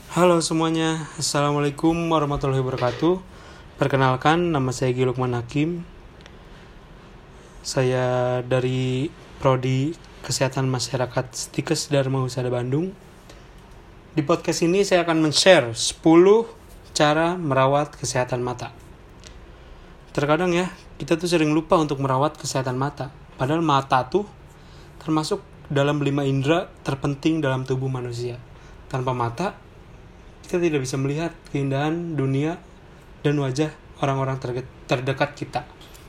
Halo semuanya, Assalamualaikum warahmatullahi wabarakatuh. Perkenalkan, nama saya Gi Lukman Hakim. Saya dari Prodi Kesehatan Masyarakat Stikes Dharma Husada Bandung. Di podcast ini saya akan men-share 10 cara merawat kesehatan mata. Terkadang ya, kita tuh sering lupa untuk merawat kesehatan mata. Padahal mata tuh termasuk dalam 5 indera terpenting dalam tubuh manusia. Tanpa mata, kita tidak bisa melihat keindahan dunia dan wajah orang-orang terdekat kita.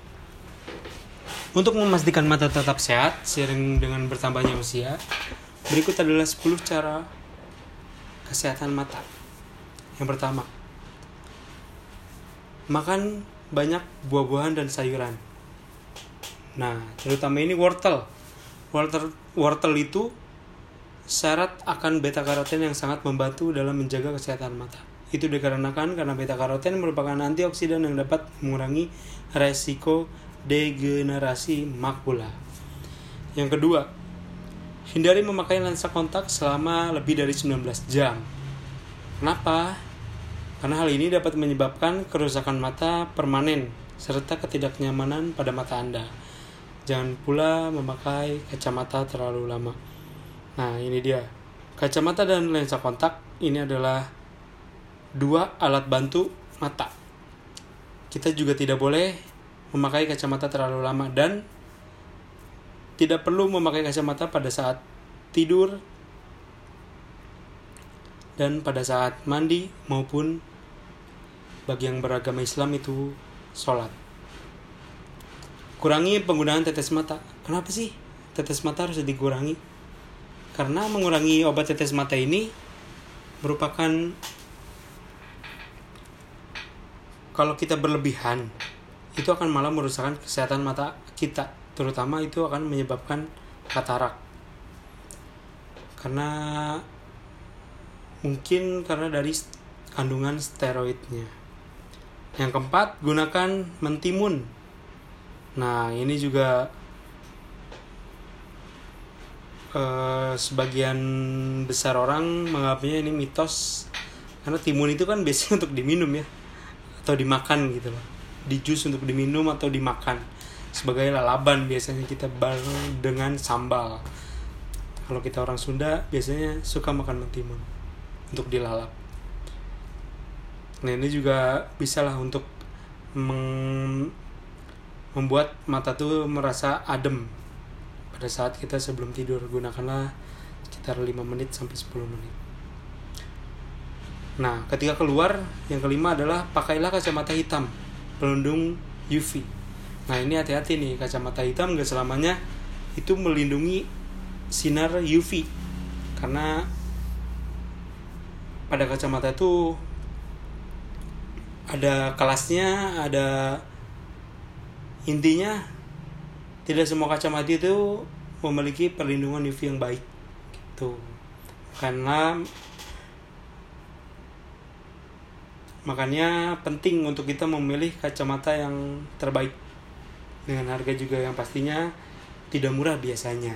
Untuk memastikan mata tetap sehat seiring dengan bertambahnya usia, berikut adalah 10 cara kesehatan mata. Yang pertama, makan banyak buah-buahan dan sayuran. Nah, terutama ini wortel. Wortel itu syarat akan beta karoten yang sangat membantu dalam menjaga kesehatan mata. Itu dikarenakan karena beta karoten merupakan antioksidan yang dapat mengurangi resiko degenerasi makula. Yang kedua, hindari memakai lensa kontak selama lebih dari 19 jam. Kenapa? Karena hal ini dapat menyebabkan kerusakan mata permanen serta ketidaknyamanan pada mata Anda. Jangan pula memakai kacamata terlalu lama. Nah, ini dia. Kacamata dan lensa kontak ini adalah 2 alat bantu mata. Kita juga tidak boleh memakai kacamata terlalu lama dan tidak perlu memakai kacamata pada saat tidur dan pada saat mandi maupun bagi yang beragama Islam itu sholat. Kurangi penggunaan tetes mata. Kenapa sih tetes mata harus dikurangi? Karena mengurangi obat tetes mata ini merupakan, kalau kita berlebihan, itu akan malah merusakkan kesehatan mata kita. Terutama itu akan menyebabkan katarak. Mungkin karena dari kandungan steroidnya. Yang keempat, gunakan mentimun. Nah, ini juga sebagian besar orang menganggapnya ini mitos, karena timun itu kan biasanya untuk diminum ya, atau dimakan gitu loh, di jus untuk diminum atau dimakan sebagai lalaban. Biasanya kita bareng dengan sambal. Kalau kita orang Sunda biasanya suka makan mentimun untuk dilalap. Nah, ini juga bisa lah untuk membuat mata tuh merasa adem pada saat kita sebelum tidur. Gunakanlah sekitar 5 menit sampai 10 menit. Nah, ketika keluar, yang kelima adalah pakailah kacamata hitam pelindung UV. Nah, ini hati-hati nih, kacamata hitam gak selamanya itu melindungi sinar UV. Karena pada kacamata itu ada kelasnya, ada intinya. Tidak semua kacamata itu memiliki perlindungan UV yang baik gitu. Makanya penting untuk kita memilih kacamata yang terbaik dengan harga juga yang pastinya tidak murah biasanya.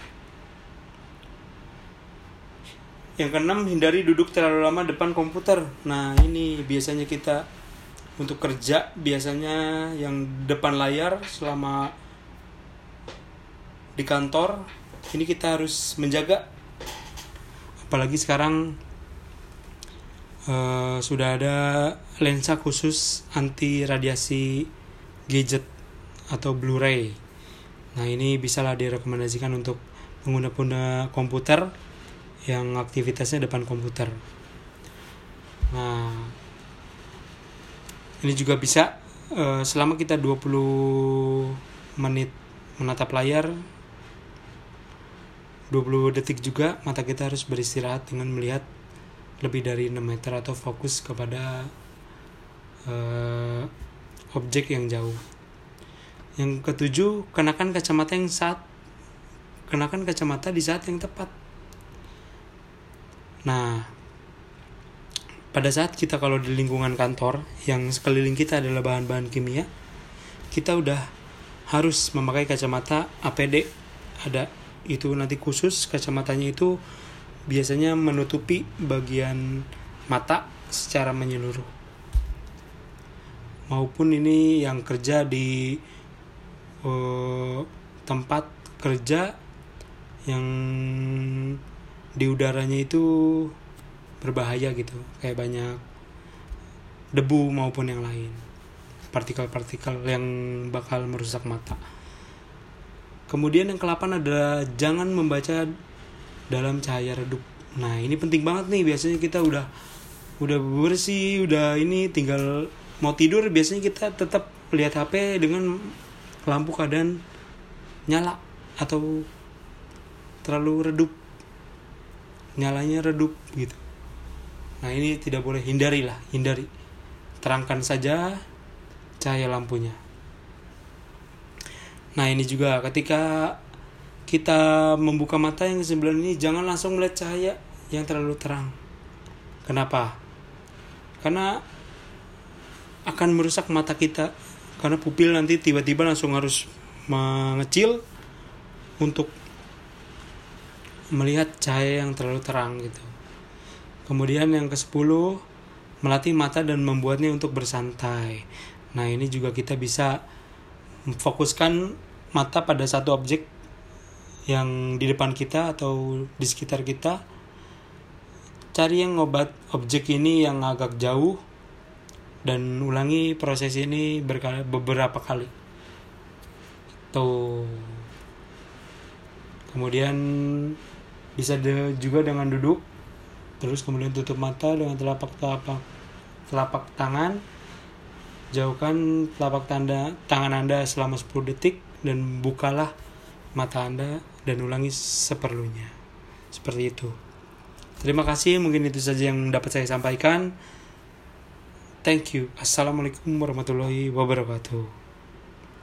Yang keenam, hindari duduk terlalu lama depan komputer. Nah, ini biasanya kita untuk kerja biasanya yang depan layar selama di kantor, ini kita harus menjaga. Apalagi sekarang sudah ada lensa khusus anti radiasi gadget atau Blu-ray. Nah, ini bisalah direkomendasikan untuk pengguna komputer yang aktivitasnya depan komputer. Nah, ini juga bisa selama kita 20 menit menatap layar, 20 detik juga mata kita harus beristirahat dengan melihat lebih dari 6 meter atau fokus kepada objek yang jauh. Yang ketujuh, kenakan kacamata di saat yang tepat. Nah, pada saat kita kalau di lingkungan kantor yang sekeliling kita adalah bahan-bahan kimia, kita udah harus memakai kacamata APD. Ada itu nanti khusus, kacamatanya itu biasanya menutupi bagian mata secara menyeluruh. Maupun ini yang kerja di tempat kerja yang di udaranya itu berbahaya gitu, kayak banyak debu maupun yang lain, partikel-partikel yang bakal merusak mata. Kemudian yang ke-8 adalah jangan membaca dalam cahaya redup. Nah, ini penting banget nih. Biasanya kita udah bersih, udah ini tinggal mau tidur, biasanya kita tetap lihat HP dengan lampu keadaan nyala atau terlalu redup. Nyalanya redup gitu. Nah, ini tidak boleh, hindari. Terangkan saja cahaya lampunya. Nah, ini juga ketika kita membuka mata yang ke-9 ini, jangan langsung melihat cahaya yang terlalu terang. Kenapa? Karena akan merusak mata kita. Karena pupil nanti tiba-tiba langsung harus mengecil untuk melihat cahaya yang terlalu terang gitu. Kemudian yang ke-10, melatih mata dan membuatnya untuk bersantai. Nah, ini juga kita bisa memfokuskan mata pada satu objek yang di depan kita atau di sekitar kita. Cari yang objek ini yang agak jauh dan ulangi proses ini beberapa kali. Tuh. Kemudian bisa juga dengan duduk. Terus kemudian tutup mata dengan telapak tangan. Jauhkan telapak tangan Anda selama 10 detik dan bukalah mata Anda dan ulangi seperlunya. Seperti itu. Terima kasih, mungkin itu saja yang dapat saya sampaikan. Thank you. Assalamualaikum warahmatullahi wabarakatuh.